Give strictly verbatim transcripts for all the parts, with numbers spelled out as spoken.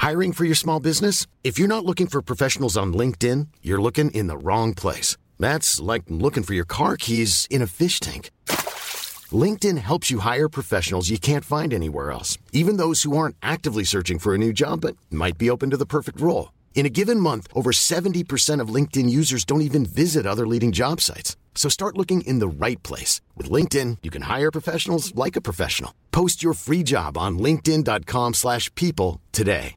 Hiring for your small business? If you're not looking for professionals on LinkedIn, you're looking in the wrong place. That's like looking for your car keys in a fish tank. LinkedIn helps you hire professionals you can't find anywhere else, even those who aren't actively searching for a new job but might be open to the perfect role. In a given month, over seventy percent of LinkedIn users don't even visit other leading job sites. So start looking in the right place. With LinkedIn, you can hire professionals like a professional. Post your free job on linkedin dot com slash people today.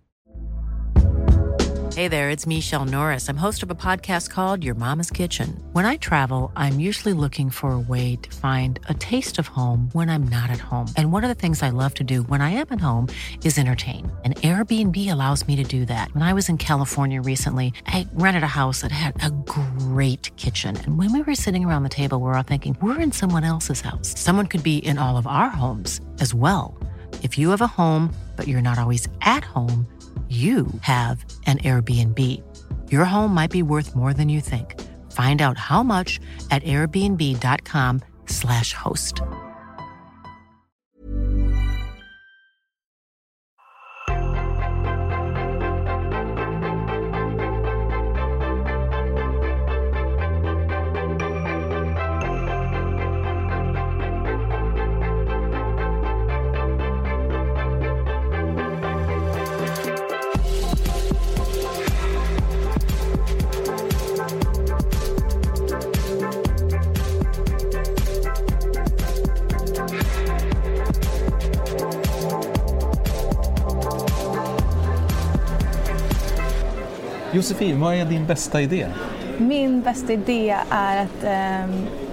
Hey there, it's Michelle Norris. I'm host of a podcast called Your Mama's Kitchen. When I travel, I'm usually looking for a way to find a taste of home when I'm not at home. And one of the things I love to do when I am at home is entertain. And Airbnb allows me to do that. When I was in California recently, I rented a house that had a great kitchen. And when we were sitting around the table, we were all thinking, we're in someone else's house. Someone could be in all of our homes as well. If you have a home, but you're not always at home, you have an Airbnb. Your home might be worth more than you think. Find out how much at airbnb dot com slash host. Josefin, vad är din bästa idé? Min bästa idé är att eh,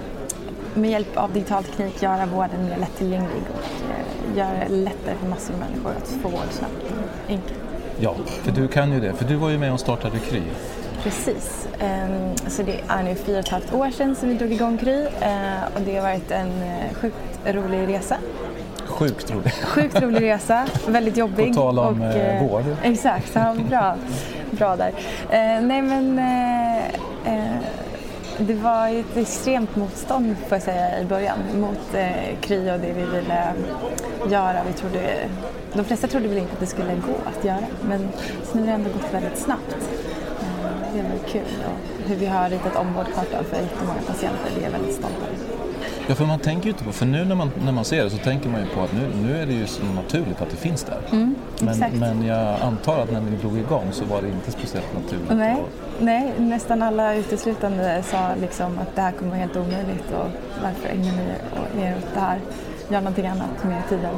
med hjälp av digital teknik göra vården mer lättillgänglig och eh, göra det lättare för massor av människor att få vård snabbt och enkelt. Ja, för du kan ju det. För du var ju med och startade Kry. Precis. Eh, så det är nu fyra och ett halvt år sedan som vi drog igång Kry eh, och det har varit en eh, sjukt rolig resa. Sjukt rolig. Sjukt rolig resa, väldigt jobbig. På tal om och, eh, vård. Exakt, ja, bra. Bra där. Eh, nej men eh, eh, det var ett extremt motstånd får jag säga i början mot eh, Kry och det vi ville göra. Vi trodde, de flesta trodde väl inte att det skulle gå att göra, men sen har det ändå gått väldigt snabbt. Eh, det är väldigt kul och hur vi har ritat om vårdkartan för jättemånga patienter, det är väldigt stolt över. Ja, för man tänker ju inte på, för nu när man, när man ser det så tänker man ju på att nu, nu är det ju så naturligt att det finns där. Mm, men, men jag antar att när ni drog igång så var det inte speciellt naturligt. Nej, och... nej nästan alla uteslutande sa liksom att det här kommer vara helt omöjligt och varför ägnar ni er åt det här, gör någonting annat med tiden.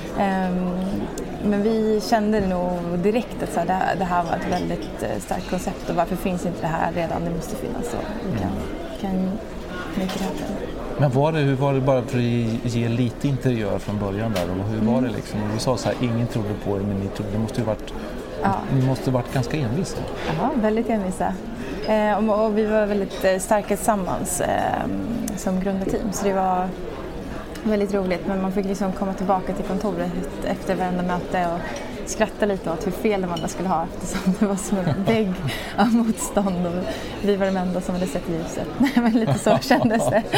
Um, men vi kände nog direkt att så här, det, det här var ett väldigt starkt koncept och varför finns inte det här redan, det måste finnas så vi kan, kan mycket happen. Men var det, hur var det bara för att ge lite interiör från början där och hur var det liksom? Och du sa så här, ingen trodde på det men ni trodde, det måste ju varit, ja. Ni måste varit ganska envisa. Ja, väldigt envisa. Eh, och, och vi var väldigt eh, starka tillsammans eh, som grundteam så det var väldigt roligt men man fick liksom komma tillbaka till kontoret efter varenda möte och skratta lite åt hur fel de andra skulle ha eftersom det var som en vägg av motstånd och vi var de enda som hade sett ljuset. Men lite så kändes det.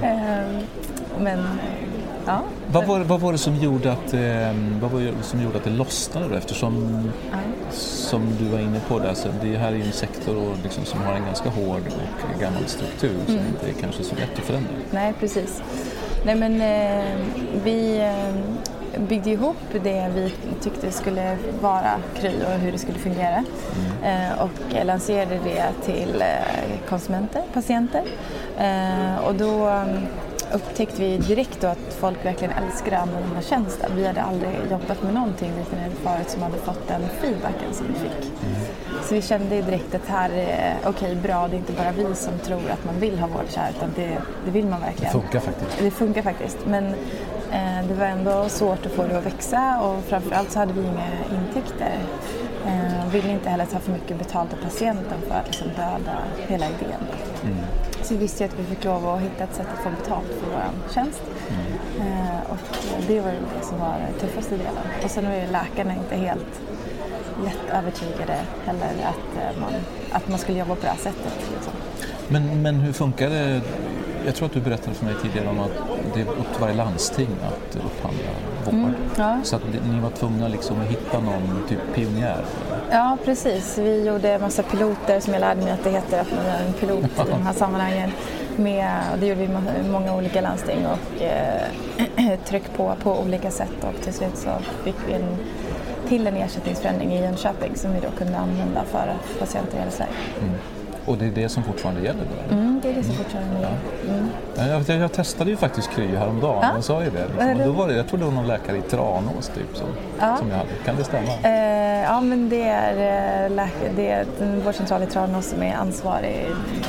Men ja. Vad var, vad var det som gjorde att vad var det som gjorde att det lossnade då? Eftersom ja. Som du var inne på där så det här är ju en sektor och liksom som har en ganska hård och gammal struktur som mm. inte är kanske så lätt att förändra. Nej, precis. Nej men eh, vi eh, byggde ihop det vi tyckte skulle vara Kry och hur det skulle fungera mm. eh, och lanserade det till eh, konsumenter, patienter eh, och då um, upptäckte vi direkt då att folk verkligen älskade att använda den här tjänsten. Vi hade aldrig jobbat med någonting liknande förut som hade fått den feedbacken som vi fick. Mm. Så vi kände direkt att här är okej, okay, bra, det är inte bara vi som tror att man vill ha vårdkär utan det, det vill man verkligen. Det funkar faktiskt. Det funkar faktiskt, men eh, det var ändå svårt att få det att växa och framförallt så hade vi inga intäkter. Eh, vi ville inte heller ta för mycket betalt av patienten för att liksom döda hela idén. Mm. Så vi visste att vi fick lov att hitta ett sätt att få betalt för vår tjänst. Mm. Eh, och det var det som var den tuffaste delen. Och sen var ju läkarna inte helt lätt övertygade heller att, eh, man, att man skulle jobba på det här sättet. Liksom. Men, men hur funkar det jag tror att du berättade för mig tidigare om att det är upp till varje landsting att upphandla vård. Mm, ja. Så att ni var tvungna liksom att hitta någon typ pionjär. Ja, precis. Vi gjorde en massa piloter som jag lärde mig att det heter, att man gör en pilot i de här sammanhangen. Med, det gjorde vi i många olika landsting och eh, tryck på på olika sätt, och till slut så fick vi en, till en ersättningsförändring i Jönköping som vi då kunde använda för patienter i hela Sverige. Mm. Och det är det som fortfarande gäller då? Mm, det är det som fortfarande gäller. Mm. Jag, jag testade ju faktiskt Kry häromdagen, ja. Jag sa ju det. Liksom. Och då var det, jag tror det var någon läkare i Tranås typ som, ja. som jag hade. Kan det stämma? Eh, ja, men det är, äh, läkare, det är en vårdcentral i Tranås som är ansvarig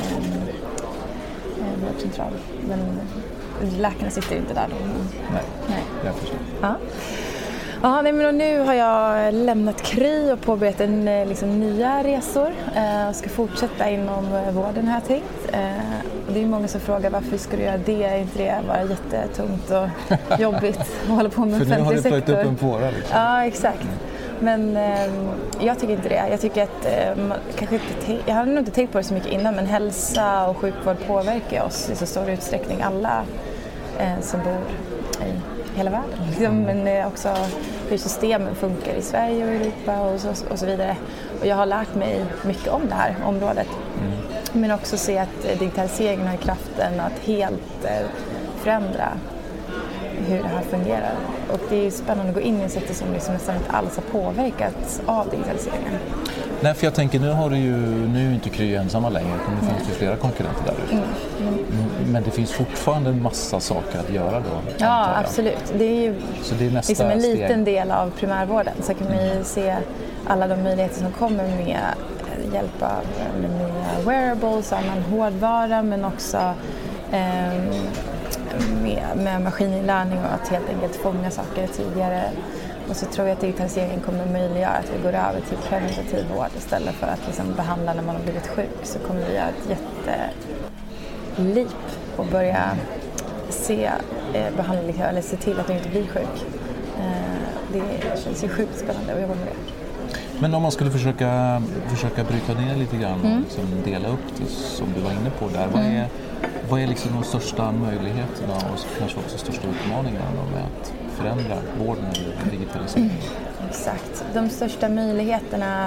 äh, vårdcentral. Men läkarna sitter ju inte där då. Nej, Nej. jag förstår. Ja. Ja, nej, men nu har jag lämnat Kry och påbörjat en, liksom, nya resor. Jag eh, ska fortsätta inom vården, har jag tänkt. Eh, och det är många som frågar varför ska du göra det? Är inte det bara jättetungt och jobbigt att hålla på med offentlig sektor? För nu har du plöjt upp en påra liksom. Ja, exakt. Men eh, jag tycker inte det. Jag tycker att eh, man, kanske inte, jag hade nog inte tänkt på det så mycket innan, men hälsa och sjukvård påverkar oss i så stor utsträckning, alla eh, som bor i hela världen. Liksom, men också hur systemen funkar i Sverige och Europa och så, och så vidare. Och jag har lärt mig mycket om det här området. Mm. Men också se att digitaliseringen har kraften att helt eh, förändra hur det här fungerar. Och det är spännande att gå in i en sektor som liksom nästan inte alls har påverkats av digitaliseringen. Nej, för jag tänker, nu har du ju, nu är inte Kry ensamma längre, utan det finns ju flera konkurrenter där ute. Mm. Mm. Men det finns fortfarande en massa saker att göra då. Ja, absolut. Det är ju Så det är nästa liksom en steg. liten del av primärvården. Så kan man ju se alla de möjligheter som kommer med hjälp av med nya wearables, annan hårdvara, men också eh, med, med maskininlärning och att helt enkelt fånga saker tidigare. Och så tror jag att digitaliseringen kommer möjliggöra att vi går över till preventiv vård istället för att liksom behandla när man har blivit sjuk. Så kommer vi göra ett jätteleap och börja se, eh, behandla, eller se till att du inte blir sjuk. Eh, det känns ju sjukt spännande att jobba med det. Men om man skulle försöka, försöka bryta ner lite grann och mm. liksom dela upp det som du var inne på där. Vad är, vad är liksom de största möjligheterna och kanske också största utmaningarna med att förändra vården eller digitaliseringen? Mm. Exakt. De största möjligheterna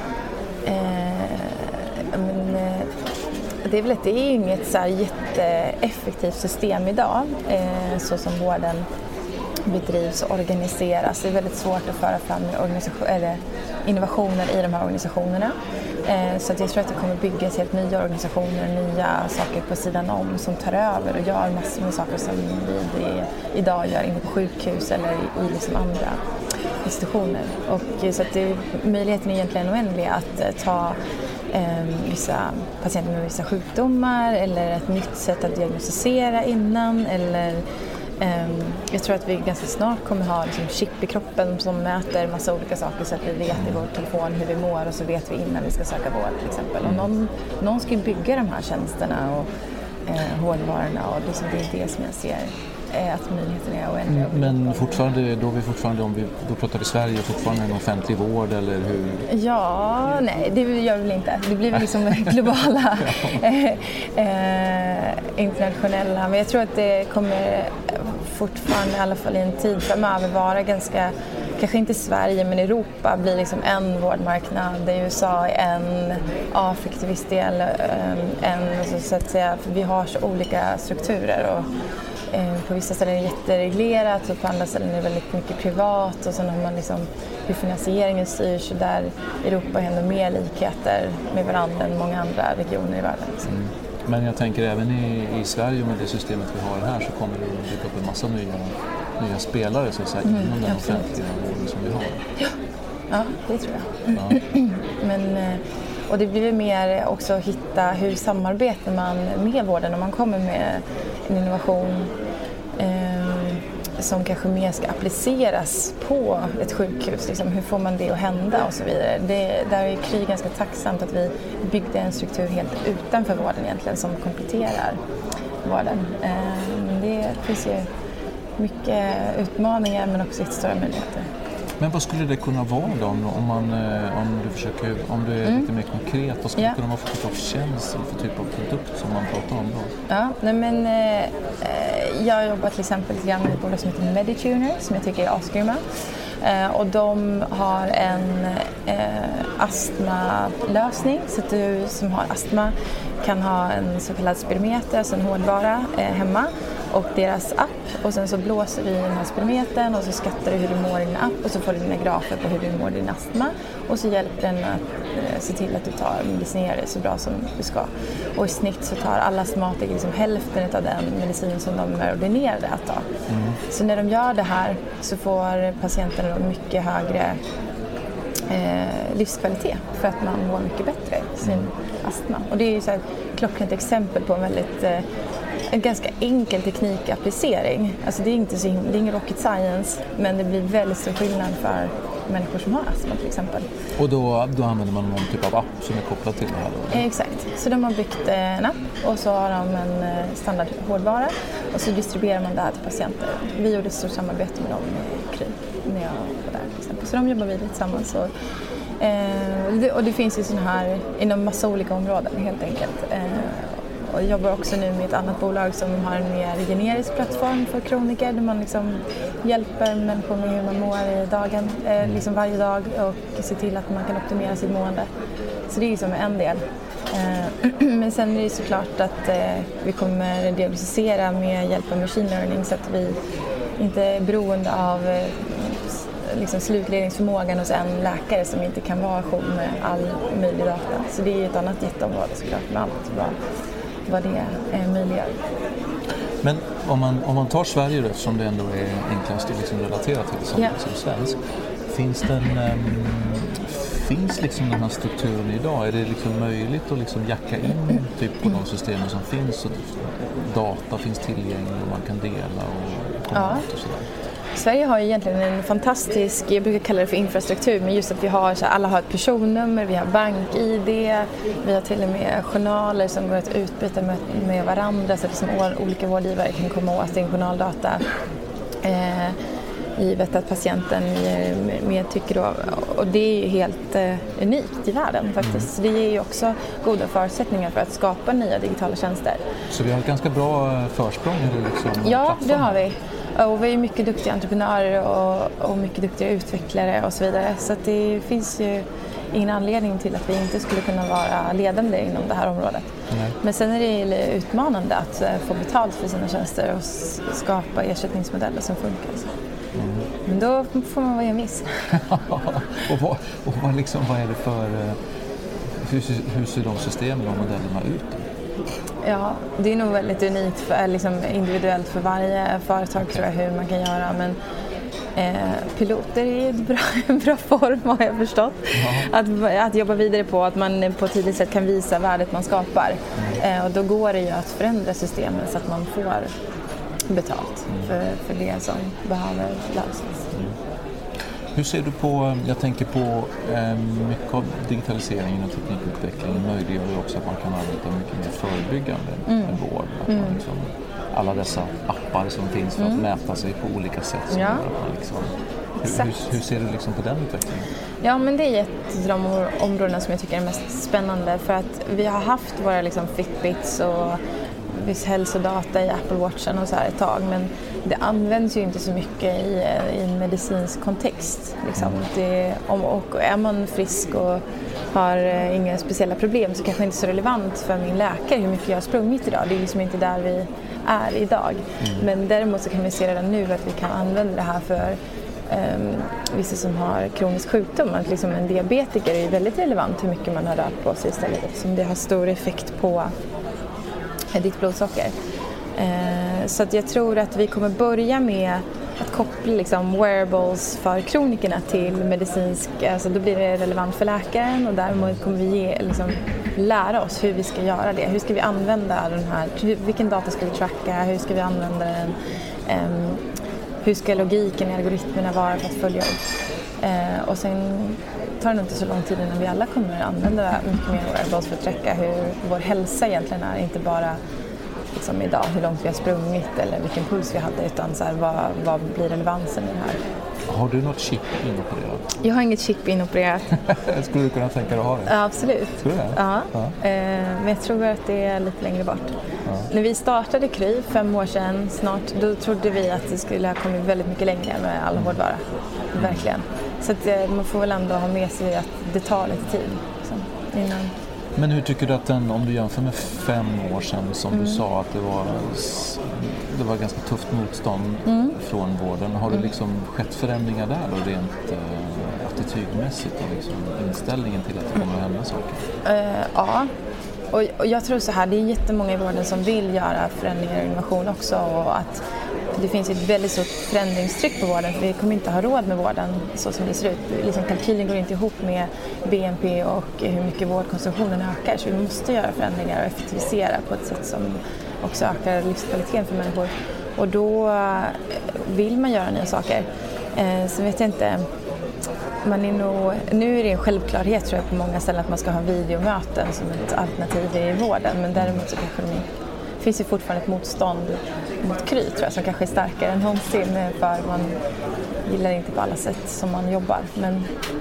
eh, men, eh, det är väl att det är inget så här jätteeffektivt system idag eh, så som vården bedrivs och organiseras. Det är väldigt svårt att föra fram organisation, eller innovationer i de här organisationerna. Eh, så att jag tror att det kommer byggas helt nya organisationer, nya saker på sidan om som tar över och gör massor med saker som vi idag gör inne på sjukhus eller i, i liksom andra institutioner. Och, så att det, möjligheten är egentligen oändlig att eh, ta eh, vissa patienter med vissa sjukdomar eller ett nytt sätt att diagnostisera innan eller Um, jag tror att vi ganska snart kommer ha liksom, chip i kroppen som mäter massa olika saker så att vi vet i vår telefon hur vi mår och så vet vi innan vi ska söka vård till exempel. Och någon, någon ska ju bygga de här tjänsterna och eh, hårdvarorna och liksom, det är det som jag ser eh, att möjligheten är oändliga. Men fortfarande, då, vi fortfarande, om vi då pratar i Sverige, fortfarande en offentlig vård eller hur? Ja, nej det gör vi väl inte. Det blir väl liksom globala, eh, eh, internationella. Men jag tror att det kommer fortfarande i alla fall i en tid framöver vara ganska, kanske inte Sverige men Europa blir liksom en vårdmarknad, där U S A är en, Afrika till viss del en, så att säga, för vi har så olika strukturer och eh, på vissa ställen är det jättereglerat och på andra ställen är det väldigt mycket privat och sen har man liksom hur finansieringen styrs och där Europa har ändå mer likheter med varandra än många andra regioner i världen. Liksom. Mm. Men jag tänker även i, i Sverige och med det systemet vi har här så kommer det att dyka upp en massa nya, nya spelare så att säga, mm, inom den absolut. Offentliga vården som vi har. Ja, ja det tror jag. Ja. Men, och det blir väl mer också att hitta hur samarbetar man med vården om man kommer med en innovation eh, som kanske mer ska appliceras på ett sjukhus. Liksom, hur får man det att hända och så vidare. Det, där är Kry ganska tacksamt att vi byggde en struktur helt utanför vården egentligen som kompletterar vården. Men det finns ju mycket utmaningar men också stora möjligheter. Men vad skulle det kunna vara då om, man, om du försöker, om du är mm. lite mer konkret, vad skulle det yeah. kunna vara för typ av tjänst eller för typ av produkt som man pratar om då? Ja, nej men eh, jag jobbar till exempel med ett bolag som heter Medituner som jag tycker är asgrymma. Eh, och de har en eh, astmalösning så att du som har astma kan ha en så kallad spirometer, alltså en hårdvara eh, hemma och deras app och sen så blåser du i den här spirometern och så skattar du hur du mår i din app och så får du dina grafer på hur du mår i din astma och så hjälper den att eh, se till att du tar medicinerar så bra som du ska. Och i snitt så tar alla astmatiker liksom hälften av den medicin som de är ordinerade att ta. Mm. Så när de gör det här så får patienten en mycket högre eh, livskvalitet för att man mår mycket bättre i sin mm. astma. Och det är ju så här klockrent exempel på en väldigt eh, en ganska enkel teknikapplicering. Alltså det är inte så, det är ingen rocket science, men det blir väldigt stor skillnad för människor som har astma till exempel. Och då, då använder man någon typ av app som är kopplad till det här då? Eh, exakt. Så de har byggt en app och så har de en standard hårdvara och så distribuerar man det här till patienter. Vi gjorde ett stort samarbete med dem i Kry när jag var där till exempel. Så de jobbar vidare tillsammans. Och, eh, det, och det finns ju sådana här inom massa olika områden helt enkelt. Eh, Och jag jobbar också nu med ett annat bolag som har en mer generisk plattform för kroniker där man liksom hjälper människor med hur man mår i dagen, eh, liksom varje dag och ser till att man kan optimera sitt mående. Så det är liksom en del. Eh, men sen är det såklart att eh, vi kommer diagnostisera med hjälp av machine learning så att vi inte är beroende av eh, liksom slutledningsförmågan hos en läkare som inte kan vara ajour med all möjlig data. Så det är ett annat jätteområde såklart med allt vad, vad det är möjliggör. Men om man, om man tar Sverige då, som det ändå är enklast att liksom relatera till som, yeah. som svensk, finns den, um, finns liksom den här strukturen idag? Är det liksom möjligt att liksom jacka in typ på de systemen som finns så att data finns tillgänglig och man kan dela och komma ja. och sådär? Sverige har egentligen en fantastisk, jag brukar kalla det för infrastruktur, men just att vi har, så här, alla har ett personnummer, vi har bank-I D, vi har till och med journaler som går att utbyta med, med varandra så att liksom olika vårdgivare kan komma åt sin journaldata. Eh, givet att patienten ger mer tycker då, och det är ju helt eh, unikt i världen faktiskt. Så det ger ju också goda förutsättningar för att skapa nya digitala tjänster. Så vi har ett ganska bra försprång i liksom Ja, plattform. Det har vi. Och vi är mycket duktiga entreprenörer och, och mycket duktiga utvecklare och så vidare. Så att det finns ju ingen anledning till att vi inte skulle kunna vara ledande inom det här området. Nej. Men sen är det utmanande att få betalt för sina tjänster och skapa ersättningsmodeller som funkar. Mm. Men då får man vara envis. och vad, och vad, liksom, vad är det för... Hur, hur ser de systemen och modellerna ut? Ja, det är nog väldigt unikt, för, liksom individuellt för varje företag okay. tror jag hur man kan göra. Men eh, piloter är en bra, en bra form har jag förstått. Att, att jobba vidare på, att man på ett tidigt sätt kan visa värdet man skapar. Mm. Eh, och då går det ju att förändra systemen så att man får betalt mm. för, för det som behöver lösas. Mm. Hur ser du på, jag tänker på eh, mycket av digitaliseringen och teknikutvecklingen möjliggör ju också att man kan arbeta mycket mer förebyggande mm. med vård. Att mm. man liksom, alla dessa appar som finns för mm. att mäta sig på olika sätt. Som ja. man liksom, hur, hur, hur ser du liksom på den utvecklingen? Ja, men det är ett av de områdena som jag tycker är mest spännande, för att vi har haft våra liksom, Fitbits och viss hälsodata i Apple Watchen och så här ett tag, men det används ju inte så mycket i, i en medicinsk kontext. Liksom. Det, om, och är man frisk och har eh, inga speciella problem så kanske det inte är så relevant för min läkare hur mycket jag har sprungit idag. Det är liksom inte där vi är idag. Mm. Men däremot så kan vi se redan nu att vi kan använda det här för um, vissa som har kronisk sjukdom. Att liksom en diabetiker är väldigt relevant hur mycket man har rört på sig istället, eftersom det har stor effekt på ditt blodsocker. Eh, så att jag tror att vi kommer börja med att koppla liksom wearables för kronikerna till medicinsk, alltså då blir det relevant för läkaren, och därmed kommer vi ge, liksom, lära oss hur vi ska göra det. Hur ska vi använda den här, vilken data ska vi tracka, hur ska vi använda den, eh, hur ska logiken i algoritmerna vara för att följa upp. Eh, och sen tar det inte så lång tid innan vi alla kommer att använda mycket mer wearables för att tracka hur vår hälsa egentligen är, inte bara liksom idag, hur långt vi har sprungit eller vilken puls vi hade, utan så här, vad, vad blir relevansen i det här Har du något chip inopererat? Jag har inget chip inopererat. Skulle du kunna tänka dig att ha det? Ja, absolut. Skulle du det? Ja. Ja. Eh, men jag tror att det är lite längre bort. Ja. När vi startade Kry fem år sedan snart, då trodde vi att det skulle ha kommit väldigt mycket längre med all hårdvara. Verkligen. Så att, eh, man får väl ändå ha med sig att det tar lite tid. Liksom, innan... Men hur tycker du att den, om du jämför med fem år sedan som mm. du sa att det var, det var ganska tufft motstånd mm. från vården. Har det liksom skett förändringar där då rent eh, attitydmässigt och liksom inställningen till att det kommer att hända saker? Uh, ja, och, och jag tror så här, det är jättemånga i vården som vill göra förändringar och innovation också, och att det finns ett väldigt stort förändringstryck på vården, för vi kommer inte ha råd med vården så som det ser ut. Liksom, kalkylen går inte ihop med B N P och hur mycket vårdkonsumtionen ökar, så vi måste göra förändringar och effektivisera på ett sätt som också ökar livskvaliteten för människor. Och då vill man göra nya saker. Eh, så vet jag inte, man är nog, nu är det en självklarhet tror jag på många ställen att man ska ha videomöten som ett alternativ i vården, men däremot så kanske det finns ju fortfarande ett motstånd mot Kry tror jag, som kanske är starkare än någonsin, för man gillar inte på alla sätt som man jobbar. Men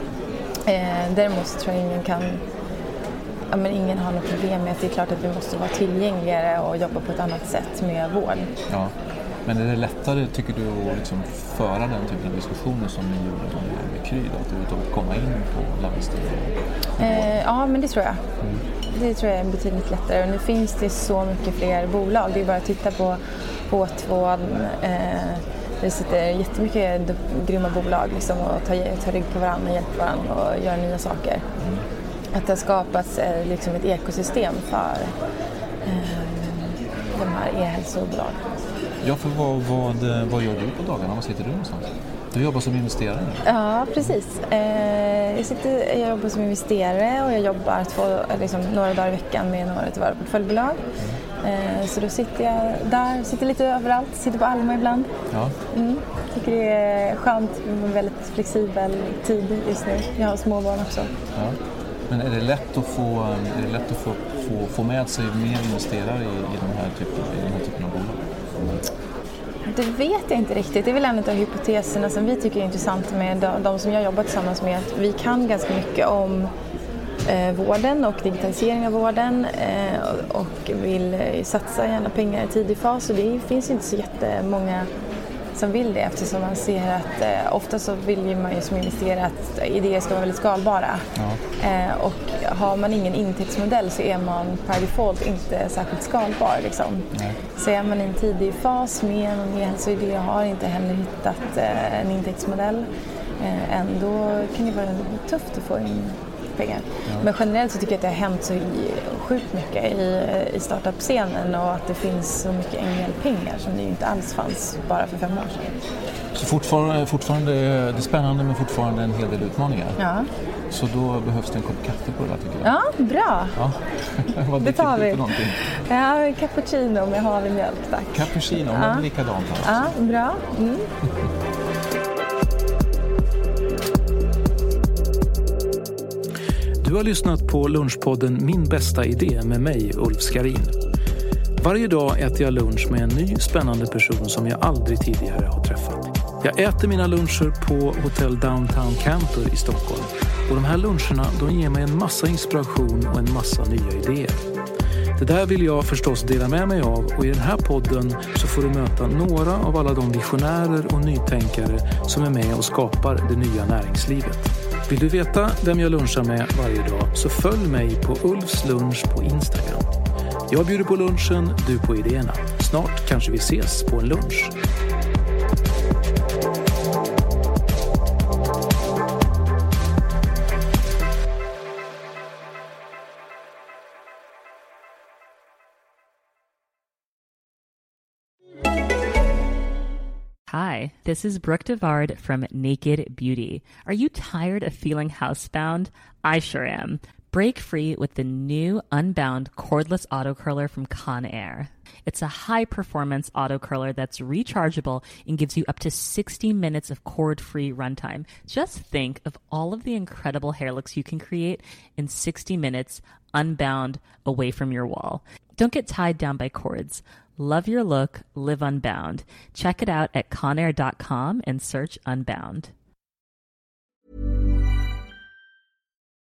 eh, däremot så tror jag ingen kan, ja, men ingen har något problem med att det är klart att vi måste vara tillgängligare och jobba på ett annat sätt med vård. Ja. Men är det lättare, tycker du, att liksom föra den typen av diskussioner som ni gjorde med, med Kry då, att överhuvudtaget komma in på landstingen? Eh, ja, men det tror jag. Mm. Det tror jag är betydligt lättare. Och nu finns det så mycket fler bolag. Det är bara att titta på H två. Eh, det sitter jättemycket grymma bolag liksom, och tar, tar rygg på varandra och hjälper varandra och gör nya saker. Mm. Att det har skapats eh, liksom ett ekosystem för eh, de här e-hälsobolag. Ja, för vad, vad, vad gör du på dagarna? Vad sitter du någonstans? Du jobbar som investerare nu? Ja, precis. Eh, jag, sitter, jag jobbar som investerare och jag jobbar två, liksom, några dagar i veckan med några av våra portföljbolag. Mm. Eh, så då sitter jag där, sitter lite överallt, sitter på Alma ibland. Ja. Mm, tycker det är skönt med en väldigt flexibel tid just nu. Jag har småbarn också. Ja. Men är det lätt att få, är det lätt att få, få, få med sig mer investerare i, i, den här typen, i den här typen av bolag? Mm. Det vet jag inte riktigt. Det är väl en av hypoteserna som vi tycker är intressant med de, de som jag jobbar tillsammans med. Att vi kan ganska mycket om eh, vården och digitalisering av vården eh, och, och vill eh, satsa gärna pengar i tidig fas. Och det finns inte så jättemånga som vill det, eftersom man ser att eh, ofta så vill ju man ju som investerare att idéer ska vara väldigt skalbara. Ja. Eh, och har man ingen intäktsmodell så är man per default inte särskilt skalbar. Liksom. Så är man i en tidig fas med någon e-hälsoidé och har inte heller hittat eh, en intäktsmodell, eh, ändå kan det vara tufft att få in pengar. Ja. Men generellt så tycker jag att det har hänt så sjukt mycket i, i startup-scenen och att det finns så mycket ängelpengar som det inte alls fanns bara för fem år sedan. Så fortfarande, fortfarande det är spännande men fortfarande en hel del utmaningar. Ja. Så då behövs det en kopp kaffe på det där, tycker jag. Ja, bra. Ja. Vad det tar vi. Någonting? Ja, cappuccino med havremjölk, tack. Cappuccino, ja. Men likadant alltså. Ja, bra. Mm. Du har lyssnat på lunchpodden Min bästa idé med mig, Ulf Skarin. Varje dag äter jag lunch med en ny spännande person som jag aldrig tidigare har träffat. Jag äter mina luncher på Hotel Downtown Cantor i Stockholm. Och de här luncherna, de ger mig en massa inspiration och en massa nya idéer. Det där vill jag förstås dela med mig av, och i den här podden så får du möta några av alla de visionärer och nytänkare som är med och skapar det nya näringslivet. Vill du veta vem jag lunchar med varje dag så följ mig på Ulfs lunch på Instagram. Jag bjuder på lunchen, du på idéerna. Snart kanske vi ses på en lunch. Hi, this is Brooke Devard from Naked Beauty. Are you tired of feeling housebound? I sure am. Break free with the new Unbound cordless auto curler from Conair. It's a high-performance auto curler that's rechargeable and gives you up to sixty minutes of cord-free runtime. Just think of all of the incredible hair looks you can create in sixty minutes unbound away from your wall. Don't get tied down by cords. Love your look, live unbound. Check it out at conair dot com and search Unbound.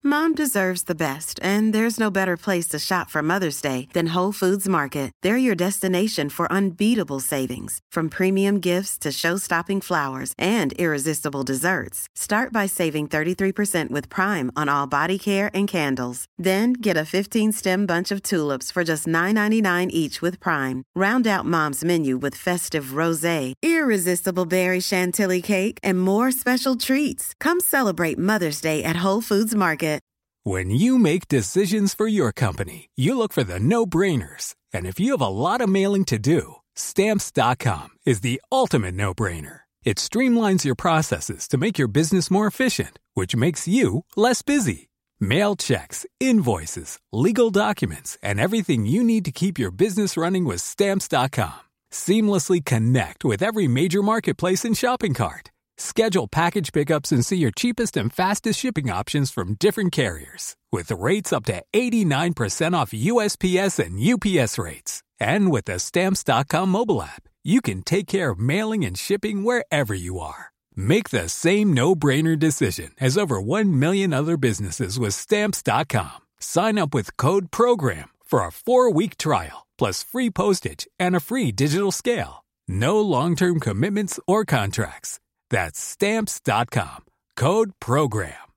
Mom deserves the best, and there's no better place to shop for Mother's Day than Whole Foods Market. They're your destination for unbeatable savings, from premium gifts to show-stopping flowers and irresistible desserts. Start by saving thirty-three percent with Prime on all body care and candles. Then get a fifteen-stem bunch of tulips for just nine ninety-nine each with Prime. Round out Mom's menu with festive rosé, irresistible berry chantilly cake, and more special treats. Come celebrate Mother's Day at Whole Foods Market. When you make decisions for your company, you look for the no-brainers. And if you have a lot of mailing to do, Stamps dot com is the ultimate no-brainer. It streamlines your processes to make your business more efficient, which makes you less busy. Mail checks, invoices, legal documents, and everything you need to keep your business running with Stamps dot com. Seamlessly connect with every major marketplace and shopping cart. Schedule package pickups and see your cheapest and fastest shipping options from different carriers. With rates up to eighty-nine percent off U S P S and U P S rates. And with the Stamps dot com mobile app, you can take care of mailing and shipping wherever you are. Make the same no-brainer decision as over one million other businesses with Stamps dot com. Sign up with code PROGRAM for a four-week trial, plus free postage and a free digital scale. No long-term commitments or contracts. That's Stamps dot com. Code PROGRAM.